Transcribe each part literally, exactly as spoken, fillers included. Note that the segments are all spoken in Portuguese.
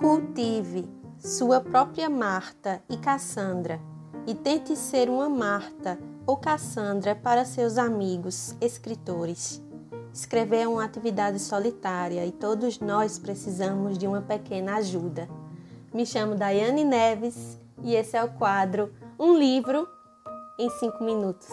Cultive sua própria Marta e Cassandra e tente ser uma Marta ou Cassandra para seus amigos escritores. Escrever é uma atividade solitária e todos nós precisamos de uma pequena ajuda. Me chamo Daiane Neves e esse é o quadro Um Livro em cinco minutos.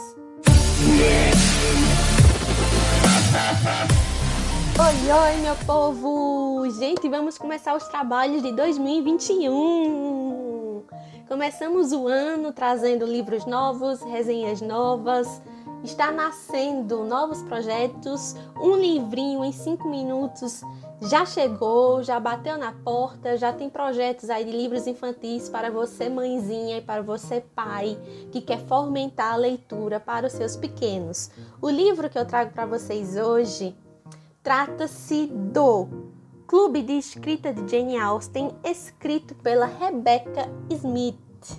Oi, oi, meu povo! Gente, vamos começar os trabalhos de dois mil e vinte e um. Começamos o ano trazendo livros novos, resenhas novas. Está nascendo novos projetos. Um livrinho em cinco minutos já chegou, já bateu na porta. Já tem projetos aí de livros infantis para você, mãezinha, e para você, pai, que quer fomentar a leitura para os seus pequenos. O livro que eu trago para vocês hoje trata-se do Clube de Escrita de Jane Austen, escrito pela Rebecca Smith.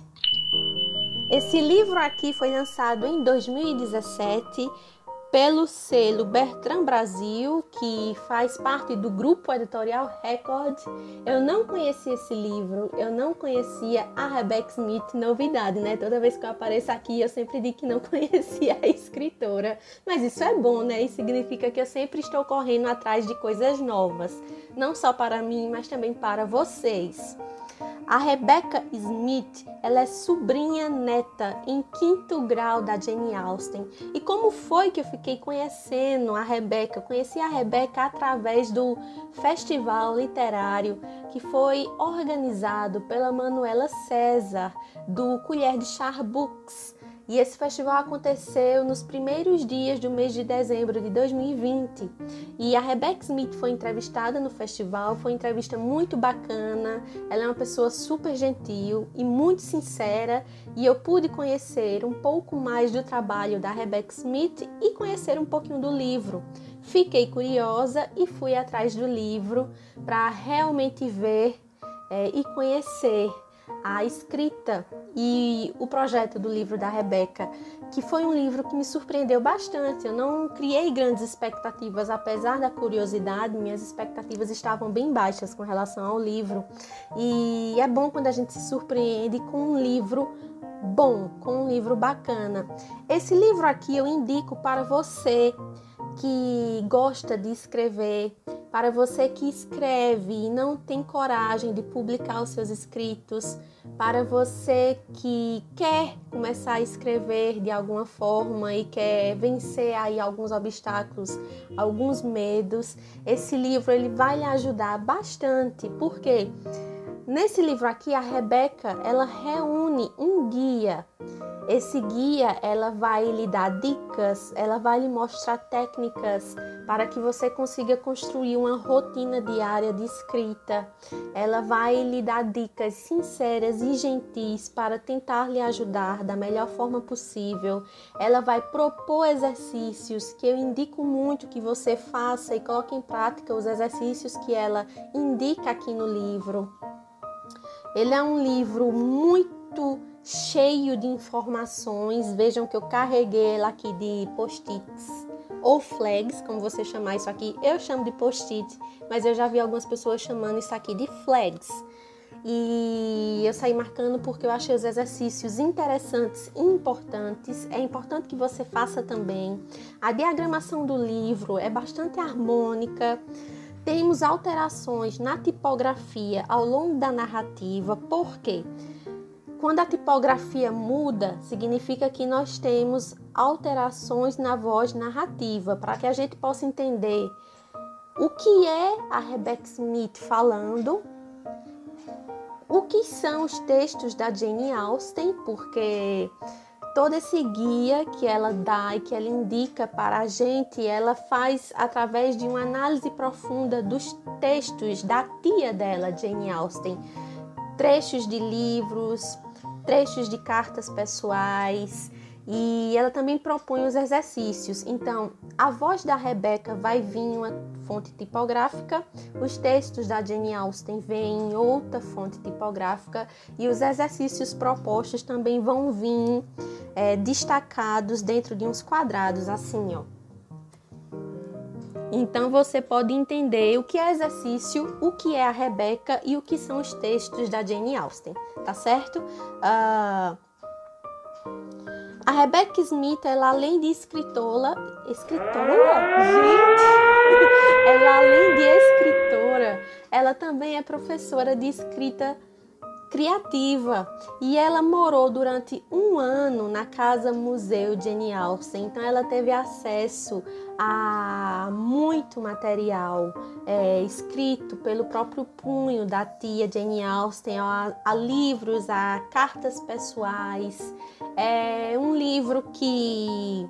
Esse livro aqui foi lançado em dois mil e dezessete pelo selo Bertrand Brasil, que faz parte do grupo editorial Record. Eu não conhecia esse livro, eu não conhecia a Rebecca Smith, novidade, né? Toda vez que eu apareço aqui, eu sempre digo que não conhecia a escritora. Mas isso é bom, né? Isso significa que eu sempre estou correndo atrás de coisas novas. Não só para mim, mas também para vocês. A Rebecca Smith, ela é sobrinha neta em quinto grau da Jane Austen. E como foi que eu fiquei conhecendo a Rebecca? Eu conheci a Rebecca através do festival literário que foi organizado pela Manuela César, do Colher de Char Books. E esse festival aconteceu nos primeiros dias do mês de dezembro de dois mil e vinte. E a Rebecca Smith foi entrevistada no festival, foi uma entrevista muito bacana. Ela é uma pessoa super gentil e muito sincera. E eu pude conhecer um pouco mais do trabalho da Rebecca Smith e conhecer um pouquinho do livro. Fiquei curiosa e fui atrás do livro para realmente ver é, e conhecer a escrita e o projeto do livro da Rebecca, que foi um livro que me surpreendeu bastante. Eu não criei grandes expectativas, apesar da curiosidade, minhas expectativas estavam bem baixas com relação ao livro. E é bom quando a gente se surpreende com um livro bom, com um livro bacana. Esse livro aqui eu indico para você que gosta de escrever, para você que escreve e não tem coragem de publicar os seus escritos, para você que quer começar a escrever de alguma forma e quer vencer aí alguns obstáculos, alguns medos. Esse livro ele vai lhe ajudar bastante, porque nesse livro aqui a Rebecca ela reúne um guia. Esse guia, ela vai lhe dar dicas, ela vai lhe mostrar técnicas para que você consiga construir uma rotina diária de escrita. Ela vai lhe dar dicas sinceras e gentis para tentar lhe ajudar da melhor forma possível. Ela vai propor exercícios que eu indico muito que você faça e coloque em prática os exercícios que ela indica aqui no livro. Ele é um livro muito cheio de informações. Vejam que eu carreguei ela aqui de post-its ou flags, como você chamar isso aqui. Eu chamo de post-it, mas eu já vi algumas pessoas chamando isso aqui de flags. E eu saí marcando porque eu achei os exercícios interessantes e importantes. É importante que você faça também. A diagramação do livro é bastante harmônica. Temos alterações na tipografia ao longo da narrativa. Por quê? Quando a tipografia muda, significa que nós temos alterações na voz narrativa, para que a gente possa entender o que é a Rebecca Smith falando, o que são os textos da Jane Austen, porque todo esse guia que ela dá e que ela indica para a gente, ela faz através de uma análise profunda dos textos da tia dela, Jane Austen. Trechos de livros, trechos de cartas pessoais, e ela também propõe os exercícios. Então, a voz da Rebecca vai vir em uma fonte tipográfica, os textos da Jane Austen vêm em outra fonte tipográfica e os exercícios propostos também vão vir é, destacados dentro de uns quadrados, assim, ó. Então você pode entender o que é exercício, o que é a Rebeca e o que são os textos da Jane Austen, tá certo? Uh, a Rebecca Smith, ela além de escritora, escritora? Gente! Ela além de escritora, ela também é professora de escrita criativa, e ela morou durante um ano na Casa Museu Jane Austen, então ela teve acesso a muito material é, escrito pelo próprio punho da tia Jane Austen, a, a livros, a cartas pessoais. É um livro que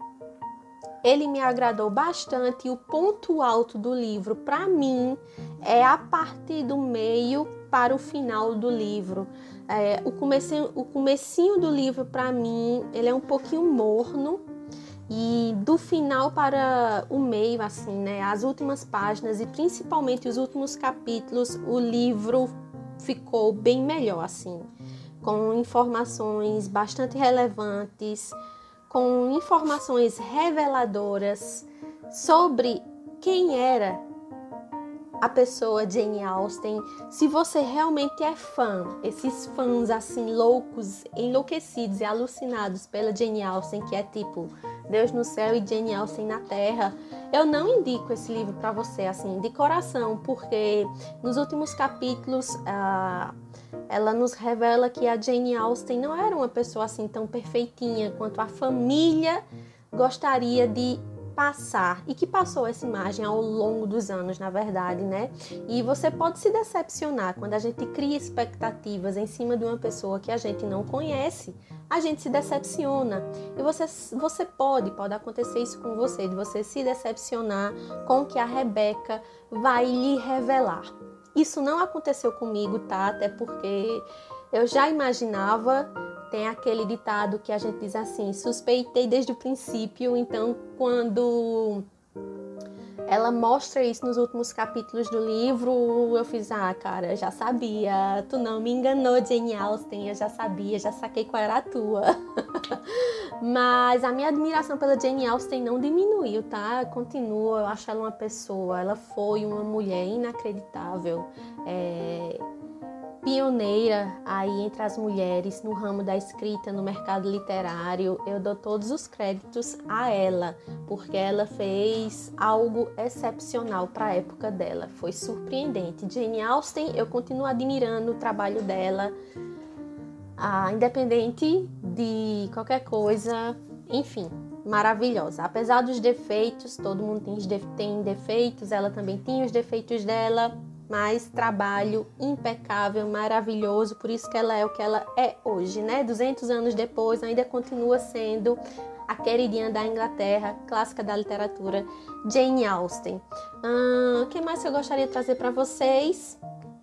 ele me agradou bastante, e o ponto alto do livro para mim é a partir do meio para o final do livro. É, o, comecinho, o comecinho do livro, para mim, ele é um pouquinho morno, e do final para o meio, assim, né, as últimas páginas e principalmente os últimos capítulos, o livro ficou bem melhor, assim, com informações bastante relevantes, com informações reveladoras sobre quem era a pessoa Jane Austen. Se você realmente é fã, esses fãs assim loucos, enlouquecidos e alucinados pela Jane Austen, que é tipo Deus no céu e Jane Austen na terra, eu não indico esse livro para você assim de coração, porque nos últimos capítulos ah, ela nos revela que a Jane Austen não era uma pessoa assim tão perfeitinha quanto a família gostaria de passar, e que passou essa imagem ao longo dos anos, na verdade, né? E você pode se decepcionar quando a gente cria expectativas em cima de uma pessoa que a gente não conhece, a gente se decepciona. E você, você pode, pode acontecer isso com você, de você se decepcionar com o que a Rebeca vai lhe revelar. Isso não aconteceu comigo, tá? Até porque eu já imaginava. Tem aquele ditado que a gente diz assim, suspeitei desde o princípio. Então, quando ela mostra isso nos últimos capítulos do livro, eu fiz, ah, cara, eu já sabia, tu não me enganou, Jane Austen, eu já sabia, já saquei qual era a tua. Mas a minha admiração pela Jane Austen não diminuiu, tá? Continua, eu acho ela uma pessoa, ela foi uma mulher inacreditável, é... pioneira aí entre as mulheres no ramo da escrita, no mercado literário. Eu dou todos os créditos a ela, porque ela fez algo excepcional para a época dela, foi surpreendente. Jane Austen, eu continuo admirando o trabalho dela, ah, independente de qualquer coisa, enfim, maravilhosa. Apesar dos defeitos, todo mundo tem defeitos, ela também tinha os defeitos dela, mas trabalho impecável, maravilhoso, por isso que ela é o que ela é hoje, né? duzentos anos depois, ainda continua sendo a queridinha da Inglaterra, clássica da literatura, Jane Austen. O que mais que eu gostaria de trazer para vocês?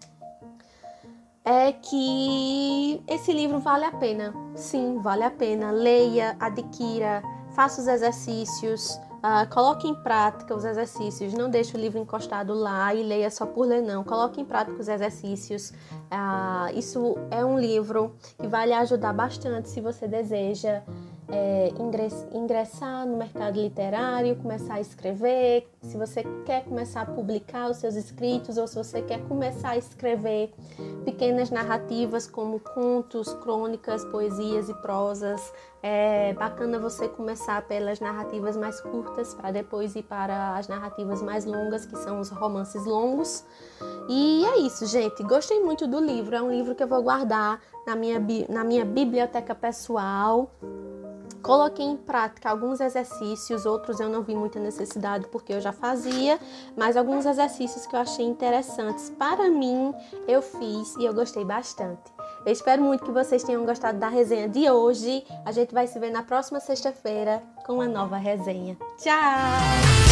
É que esse livro vale a pena, sim, vale a pena. Leia, adquira, faça os exercícios, Uh, coloque em prática os exercícios, não deixe o livro encostado lá e leia só por ler, não. Coloque em prática os exercícios. Uh, isso é um livro que vai lhe ajudar bastante se você deseja é, ingressar no mercado literário, começar a escrever, se você quer começar a publicar os seus escritos, ou se você quer começar a escrever pequenas narrativas como contos, crônicas, poesias e prosas. É bacana você começar pelas narrativas mais curtas para depois ir para as narrativas mais longas, que são os romances longos. E é isso, gente. Gostei muito do livro. É um livro que eu vou guardar na minha, na minha biblioteca pessoal. Coloquei em prática alguns exercícios, outros eu não vi muita necessidade porque eu já fazia, mas alguns exercícios que eu achei interessantes para mim, eu fiz e eu gostei bastante. Eu espero muito que vocês tenham gostado da resenha de hoje. A gente vai se ver na próxima sexta-feira com uma nova resenha. Tchau!